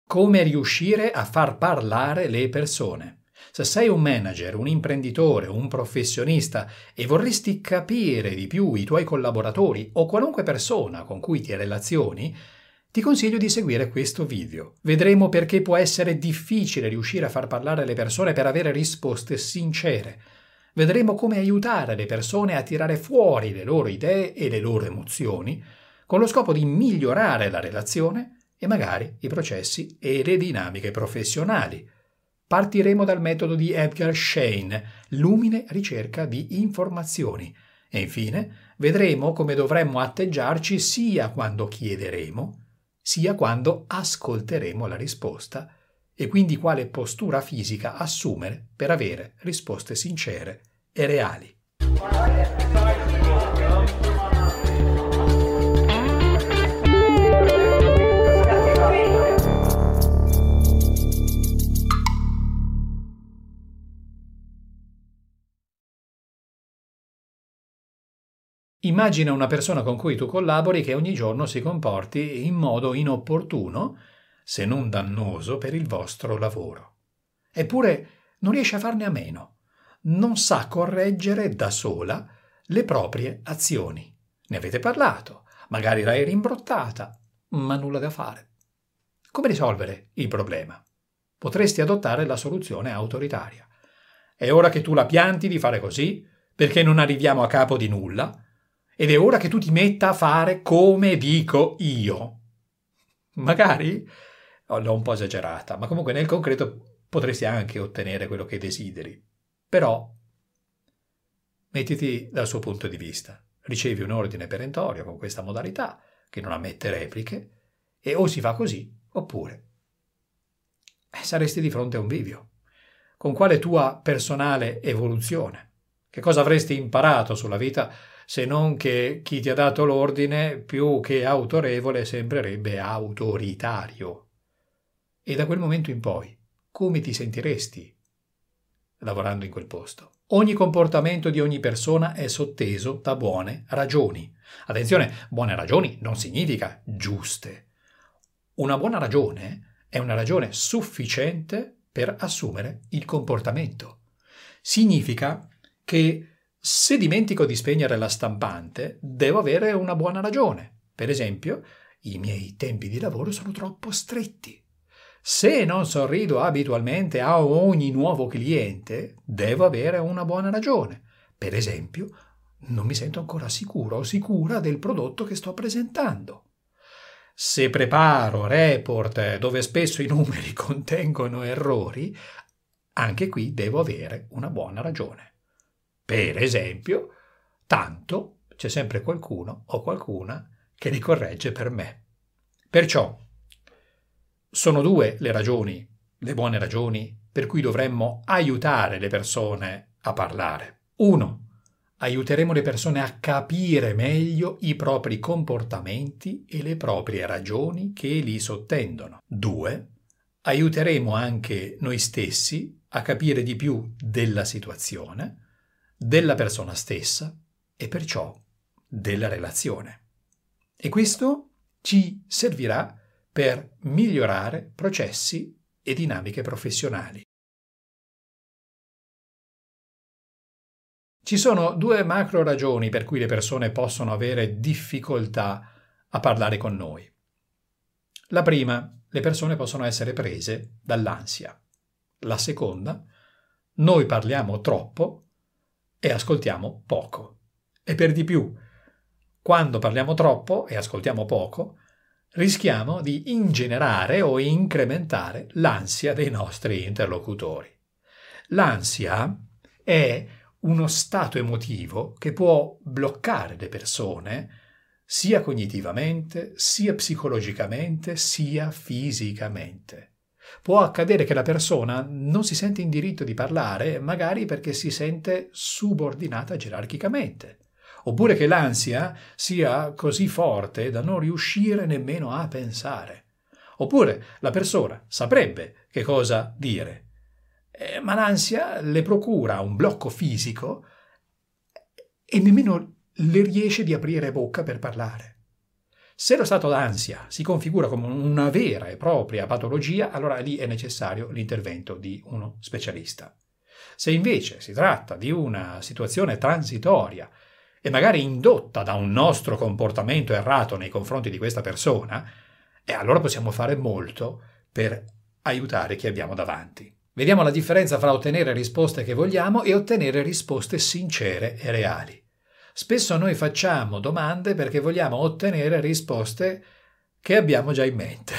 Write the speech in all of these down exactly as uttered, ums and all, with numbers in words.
Come riuscire a far parlare le persone. Se sei un manager, un imprenditore, un professionista e vorresti capire di più i tuoi collaboratori o qualunque persona con cui ti relazioni, ti consiglio di seguire questo video. Vedremo perché può essere difficile riuscire a far parlare le persone per avere risposte sincere. Vedremo come aiutare le persone a tirare fuori le loro idee e le loro emozioni con lo scopo di migliorare la relazione e magari i processi e le dinamiche professionali. Partiremo dal metodo di Edgar Schein, l'umile ricerca di informazioni. E infine vedremo come dovremmo atteggiarci sia quando chiederemo, sia quando ascolteremo la risposta e quindi quale postura fisica assumere per avere risposte sincere e reali. Immagina una persona con cui tu collabori che ogni giorno si comporti in modo inopportuno, se non dannoso, per il vostro lavoro. Eppure non riesce a farne a meno. Non sa correggere da sola le proprie azioni. Ne avete parlato, magari l'hai rimbrottata, ma nulla da fare. Come risolvere il problema? Potresti adottare la soluzione autoritaria. È ora che tu la pianti di fare così, perché non arriviamo a capo di nulla, ed è ora che tu ti metta a fare come dico io. Magari l'ho un po' esagerata, ma comunque nel concreto potresti anche ottenere quello che desideri. Però mettiti dal suo punto di vista. Ricevi un ordine perentorio con questa modalità, che non ammette repliche, e o si fa così, oppure eh, saresti di fronte a un bivio. Con quale tua personale evoluzione? Che cosa avresti imparato sulla vita se non che chi ti ha dato l'ordine, più che autorevole, sembrerebbe autoritario? E da quel momento in poi, come ti sentiresti lavorando in quel posto? Ogni comportamento di ogni persona è sotteso da buone ragioni. Attenzione, buone ragioni non significa giuste. Una buona ragione è una ragione sufficiente per assumere il comportamento. Significa che se dimentico di spegnere la stampante, devo avere una buona ragione. Per esempio, i miei tempi di lavoro sono troppo stretti. Se non sorrido abitualmente a ogni nuovo cliente, devo avere una buona ragione. Per esempio, non mi sento ancora sicuro o sicura del prodotto che sto presentando. Se preparo report dove spesso i numeri contengono errori, anche qui devo avere una buona ragione. Per esempio, tanto c'è sempre qualcuno o qualcuna che li corregge per me. Perciò sono due le ragioni, le buone ragioni, per cui dovremmo aiutare le persone a parlare. Uno, aiuteremo le persone a capire meglio i propri comportamenti e le proprie ragioni che li sottendono. Due, aiuteremo anche noi stessi a capire di più della situazione, della persona stessa e perciò della relazione. E questo ci servirà per migliorare processi e dinamiche professionali. Ci sono due macro ragioni per cui le persone possono avere difficoltà a parlare con noi. La prima, le persone possono essere prese dall'ansia. La seconda, noi parliamo troppo e ascoltiamo poco. E per di più, quando parliamo troppo e ascoltiamo poco, rischiamo di ingenerare o incrementare l'ansia dei nostri interlocutori. L'ansia è uno stato emotivo che può bloccare le persone sia cognitivamente, sia psicologicamente, sia fisicamente. Può accadere che la persona non si sente in diritto di parlare, magari perché si sente subordinata gerarchicamente, oppure che l'ansia sia così forte da non riuscire nemmeno a pensare. Oppure la persona saprebbe che cosa dire, eh, ma l'ansia le procura un blocco fisico e nemmeno le riesce di aprire bocca per parlare. Se lo stato d'ansia si configura come una vera e propria patologia, allora lì è necessario l'intervento di uno specialista. Se invece si tratta di una situazione transitoria e magari indotta da un nostro comportamento errato nei confronti di questa persona, e allora possiamo fare molto per aiutare chi abbiamo davanti. Vediamo la differenza fra ottenere risposte che vogliamo e ottenere risposte sincere e reali. Spesso noi facciamo domande perché vogliamo ottenere risposte che abbiamo già in mente.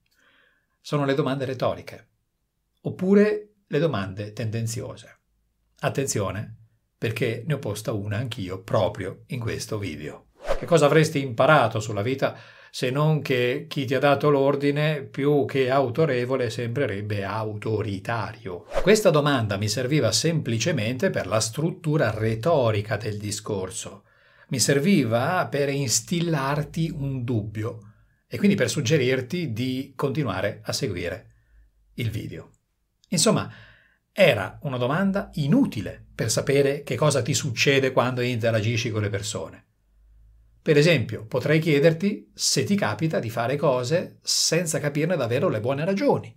Sono le domande retoriche, oppure le domande tendenziose. Attenzione, perché ne ho posta una anch'io proprio in questo video. Che cosa avresti imparato sulla vita se non che chi ti ha dato l'ordine, più che autorevole, sembrerebbe autoritario? Questa domanda mi serviva semplicemente per la struttura retorica del discorso. Mi serviva per instillarti un dubbio e quindi per suggerirti di continuare a seguire il video. Insomma, era una domanda inutile per sapere che cosa ti succede quando interagisci con le persone. Per esempio, potrei chiederti se ti capita di fare cose senza capirne davvero le buone ragioni.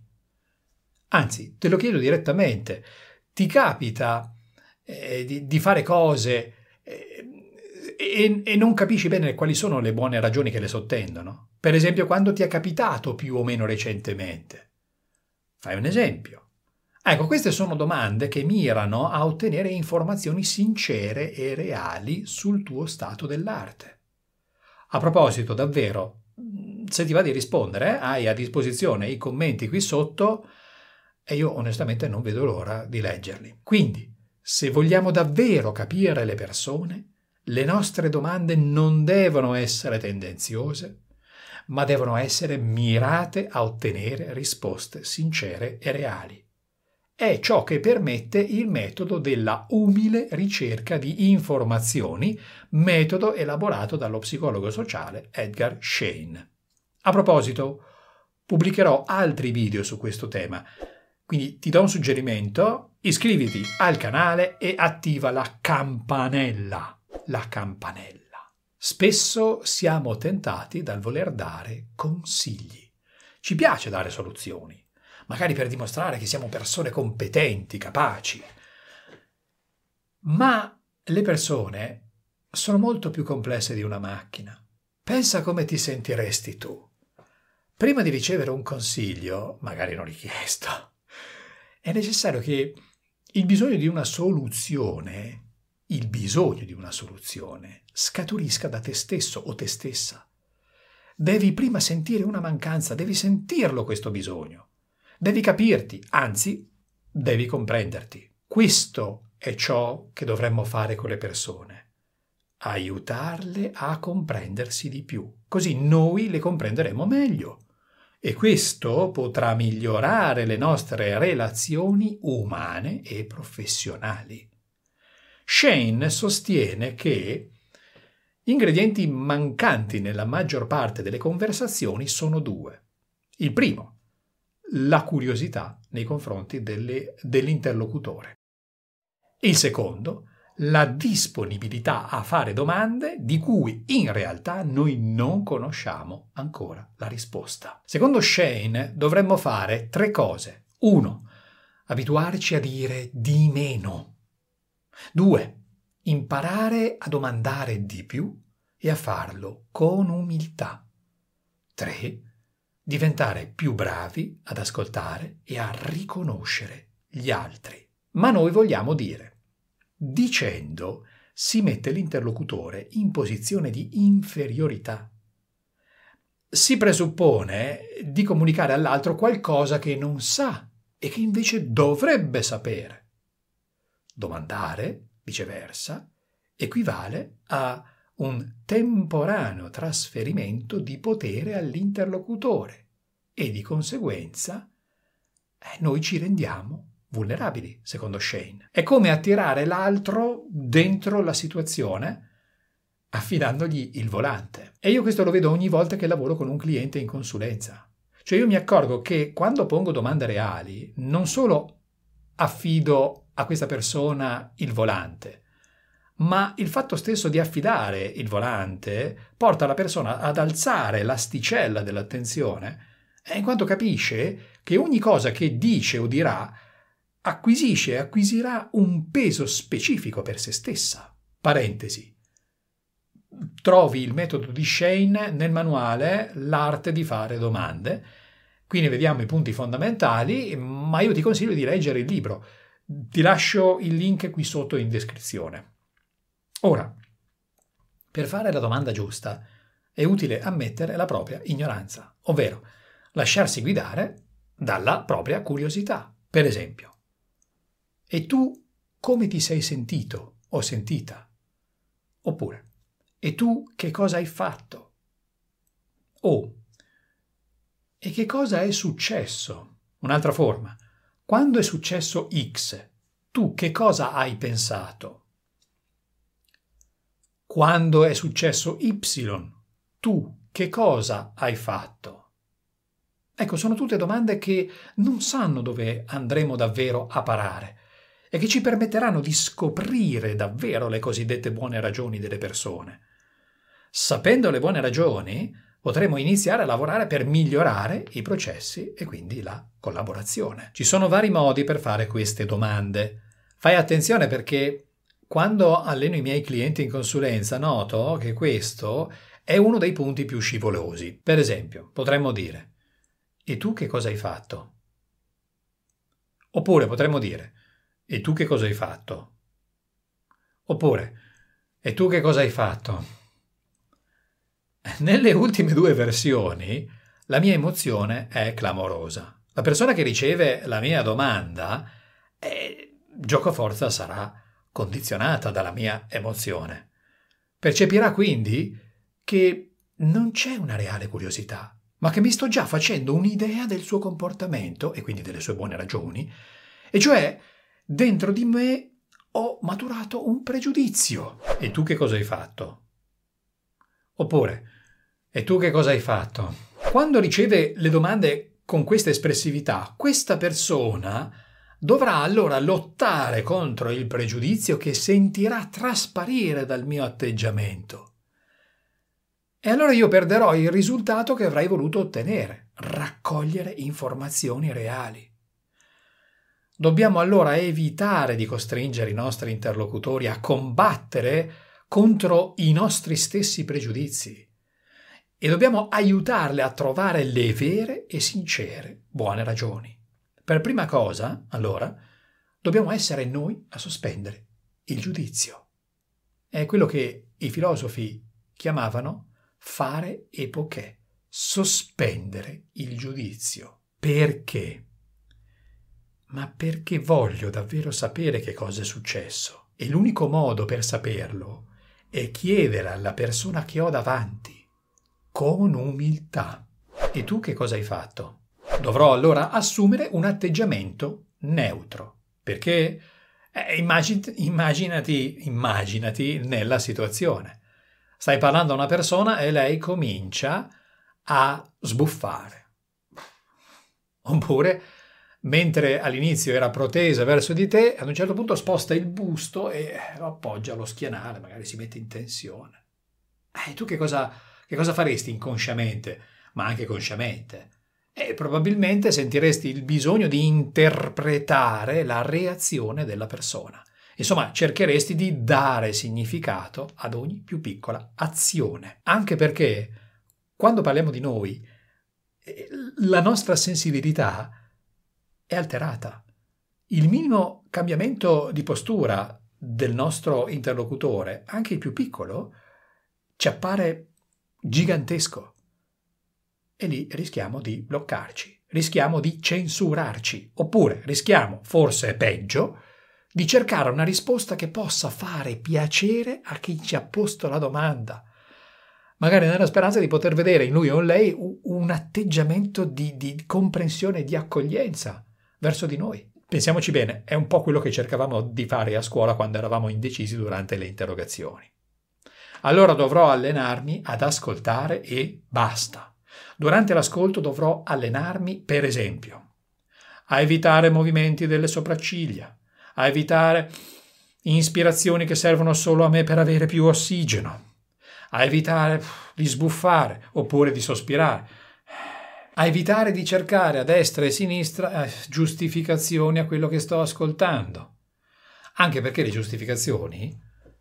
Anzi, te lo chiedo direttamente. Ti capita eh, di, di fare cose eh, e, e non capisci bene quali sono le buone ragioni che le sottendono? Per esempio, quando ti è capitato più o meno recentemente? Fai un esempio. Ecco, queste sono domande che mirano a ottenere informazioni sincere e reali sul tuo stato dell'arte. A proposito, davvero, se ti va di rispondere, eh, hai a disposizione i commenti qui sotto e io onestamente non vedo l'ora di leggerli. Quindi, se vogliamo davvero capire le persone, le nostre domande non devono essere tendenziose, ma devono essere mirate a ottenere risposte sincere e reali. È ciò che permette il metodo della umile ricerca di informazioni, metodo elaborato dallo psicologo sociale Edgar Schein. A proposito, pubblicherò altri video su questo tema, quindi ti do un suggerimento: iscriviti al canale e attiva la campanella. La campanella. Spesso siamo tentati dal voler dare consigli. Ci piace dare soluzioni, magari per dimostrare che siamo persone competenti, capaci. Ma le persone sono molto più complesse di una macchina. Pensa come ti sentiresti tu. Prima di ricevere un consiglio, magari non richiesto, è necessario che il bisogno di una soluzione, il bisogno di una soluzione, scaturisca da te stesso o te stessa. Devi prima sentire una mancanza, devi sentirlo questo bisogno. Devi capirti, anzi, devi comprenderti. Questo è ciò che dovremmo fare con le persone. Aiutarle a comprendersi di più. Così noi le comprenderemo meglio. E questo potrà migliorare le nostre relazioni umane e professionali. Schein sostiene che gli ingredienti mancanti nella maggior parte delle conversazioni sono due. Il primo, la curiosità nei confronti delle, dell'interlocutore. Il secondo, la disponibilità a fare domande di cui in realtà noi non conosciamo ancora la risposta. Secondo Schein dovremmo fare tre cose. Uno, abituarci a dire di meno. Due, imparare a domandare di più e a farlo con umiltà. Tre, diventare più bravi ad ascoltare e a riconoscere gli altri. Ma noi vogliamo dire. Dicendo si mette l'interlocutore in posizione di inferiorità. Si presuppone di comunicare all'altro qualcosa che non sa e che invece dovrebbe sapere. Domandare, viceversa, equivale a un temporaneo trasferimento di potere all'interlocutore e di conseguenza eh, noi ci rendiamo vulnerabili, secondo Schein. È come attirare l'altro dentro la situazione affidandogli il volante. E io questo lo vedo ogni volta che lavoro con un cliente in consulenza. Cioè io mi accorgo che quando pongo domande reali non solo affido a questa persona il volante, ma il fatto stesso di affidare il volante porta la persona ad alzare l'asticella dell'attenzione, in quanto capisce che ogni cosa che dice o dirà acquisisce e acquisirà un peso specifico per se stessa. Parentesi. Trovi il metodo di Shane nel manuale L'arte di fare domande. Quindi vediamo i punti fondamentali, ma io ti consiglio di leggere il libro. Ti lascio il link qui sotto in descrizione. Ora, per fare la domanda giusta è utile ammettere la propria ignoranza, ovvero lasciarsi guidare dalla propria curiosità. Per esempio, e tu come ti sei sentito o sentita? Oppure, e tu che cosa hai fatto? O, e che cosa è successo? Un'altra forma, quando è successo X, tu che cosa hai pensato? Quando è successo Y, tu che cosa hai fatto? Ecco, sono tutte domande che non sanno dove andremo davvero a parare e che ci permetteranno di scoprire davvero le cosiddette buone ragioni delle persone. Sapendo le buone ragioni, potremo iniziare a lavorare per migliorare i processi e quindi la collaborazione. Ci sono vari modi per fare queste domande. Fai attenzione perché quando alleno i miei clienti in consulenza noto che questo è uno dei punti più scivolosi. Per esempio, potremmo dire: e tu che cosa hai fatto? Oppure potremmo dire: e tu che cosa hai fatto? Oppure: e tu che cosa hai fatto? Nelle ultime due versioni la mia emozione è clamorosa. La persona che riceve la mia domanda, eh, giocoforza sarà condizionata dalla mia emozione. Percepirà quindi che non c'è una reale curiosità, ma che mi sto già facendo un'idea del suo comportamento e quindi delle sue buone ragioni, e cioè dentro di me ho maturato un pregiudizio. E tu che cosa hai fatto? Oppure: e tu che cosa hai fatto? Quando riceve le domande con questa espressività, questa persona dovrà allora lottare contro il pregiudizio che sentirà trasparire dal mio atteggiamento. E allora io perderò il risultato che avrei voluto ottenere, raccogliere informazioni reali. Dobbiamo allora evitare di costringere i nostri interlocutori a combattere contro i nostri stessi pregiudizi e dobbiamo aiutarle a trovare le vere e sincere buone ragioni. Per prima cosa, allora, dobbiamo essere noi a sospendere il giudizio. È quello che i filosofi chiamavano fare epoché, sospendere il giudizio. Perché? Ma perché voglio davvero sapere che cosa è successo e l'unico modo per saperlo è chiedere alla persona che ho davanti con umiltà. E tu che cosa hai fatto? Dovrò allora assumere un atteggiamento neutro. Perché? Eh, immagin- immaginati, immaginati nella situazione. Stai parlando a una persona e lei comincia a sbuffare. Oppure, mentre all'inizio era protesa verso di te, ad un certo punto sposta il busto e lo appoggia allo schienale, magari si mette in tensione. E eh, tu che cosa, che cosa faresti inconsciamente, ma anche consciamente? E probabilmente sentiresti il bisogno di interpretare la reazione della persona. Insomma, cercheresti di dare significato ad ogni più piccola azione. Anche perché, quando parliamo di noi, la nostra sensibilità è alterata. Il minimo cambiamento di postura del nostro interlocutore, anche il più piccolo, ci appare gigantesco. E lì rischiamo di bloccarci, rischiamo di censurarci, oppure rischiamo, forse è peggio, di cercare una risposta che possa fare piacere a chi ci ha posto la domanda, magari nella speranza di poter vedere in lui o in lei un atteggiamento di, di comprensione e di accoglienza verso di noi. Pensiamoci bene, è un po' quello che cercavamo di fare a scuola quando eravamo indecisi durante le interrogazioni. Allora dovrò allenarmi ad ascoltare e basta. Durante l'ascolto dovrò allenarmi, per esempio, a evitare movimenti delle sopracciglia, a evitare ispirazioni che servono solo a me per avere più ossigeno, a evitare di sbuffare oppure di sospirare, a evitare di cercare a destra e a sinistra eh, giustificazioni a quello che sto ascoltando, anche perché le giustificazioni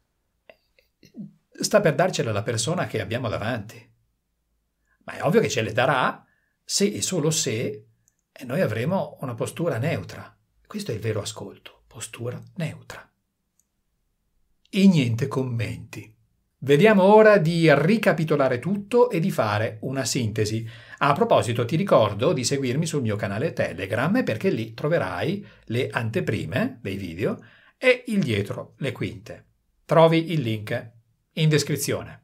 sta per darcele la persona che abbiamo davanti. Ma è ovvio che ce le darà se e solo se noi avremo una postura neutra. Questo è il vero ascolto, postura neutra. E niente commenti. Vediamo ora di ricapitolare tutto e di fare una sintesi. A proposito, ti ricordo di seguirmi sul mio canale Telegram perché lì troverai le anteprime dei video e il dietro le quinte. Trovi il link in descrizione.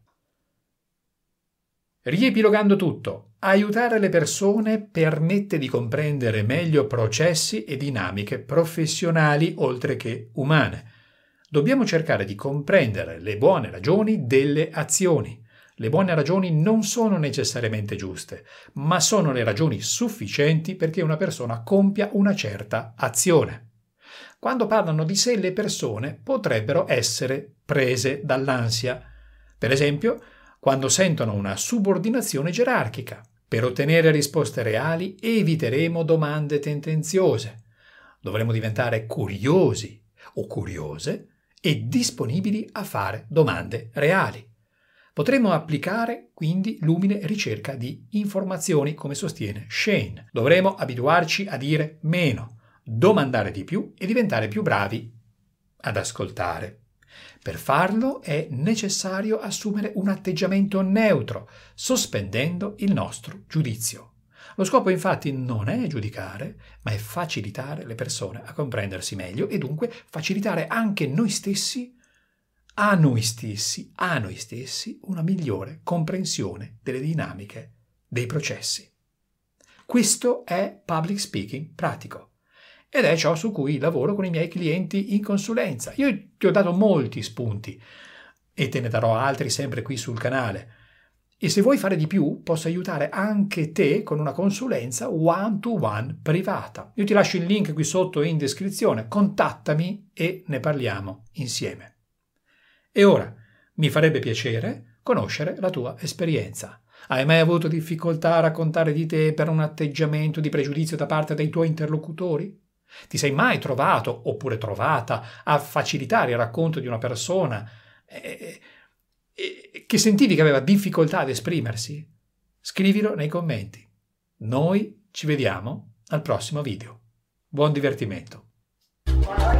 Riepilogando tutto, aiutare le persone permette di comprendere meglio processi e dinamiche professionali oltre che umane. Dobbiamo cercare di comprendere le buone ragioni delle azioni. Le buone ragioni non sono necessariamente giuste, ma sono le ragioni sufficienti perché una persona compia una certa azione. Quando parlano di sé, le persone potrebbero essere prese dall'ansia. Per esempio, quando sentono una subordinazione gerarchica. Per ottenere risposte reali eviteremo domande tendenziose. Dovremo diventare curiosi o curiose e disponibili a fare domande reali. Potremmo applicare quindi l'umile ricerca di informazioni, come sostiene Shane. Dovremo abituarci a dire meno, domandare di più e diventare più bravi ad ascoltare. Per farlo è necessario assumere un atteggiamento neutro, sospendendo il nostro giudizio. Lo scopo infatti non è giudicare, ma è facilitare le persone a comprendersi meglio e dunque facilitare anche noi stessi, a noi stessi, a noi stessi, una migliore comprensione delle dinamiche dei processi. Questo è public speaking pratico. Ed è ciò su cui lavoro con i miei clienti in consulenza. Io ti ho dato molti spunti e te ne darò altri sempre qui sul canale. E se vuoi fare di più, posso aiutare anche te con una consulenza one-to-one privata. Io ti lascio il link qui sotto in descrizione. Contattami e ne parliamo insieme. E ora, mi farebbe piacere conoscere la tua esperienza. Hai mai avuto difficoltà a raccontare di te per un atteggiamento di pregiudizio da parte dei tuoi interlocutori? Ti sei mai trovato, oppure trovata, a facilitare il racconto di una persona eh, eh, che sentivi che aveva difficoltà ad esprimersi? Scrivilo nei commenti. Noi ci vediamo al prossimo video. Buon divertimento!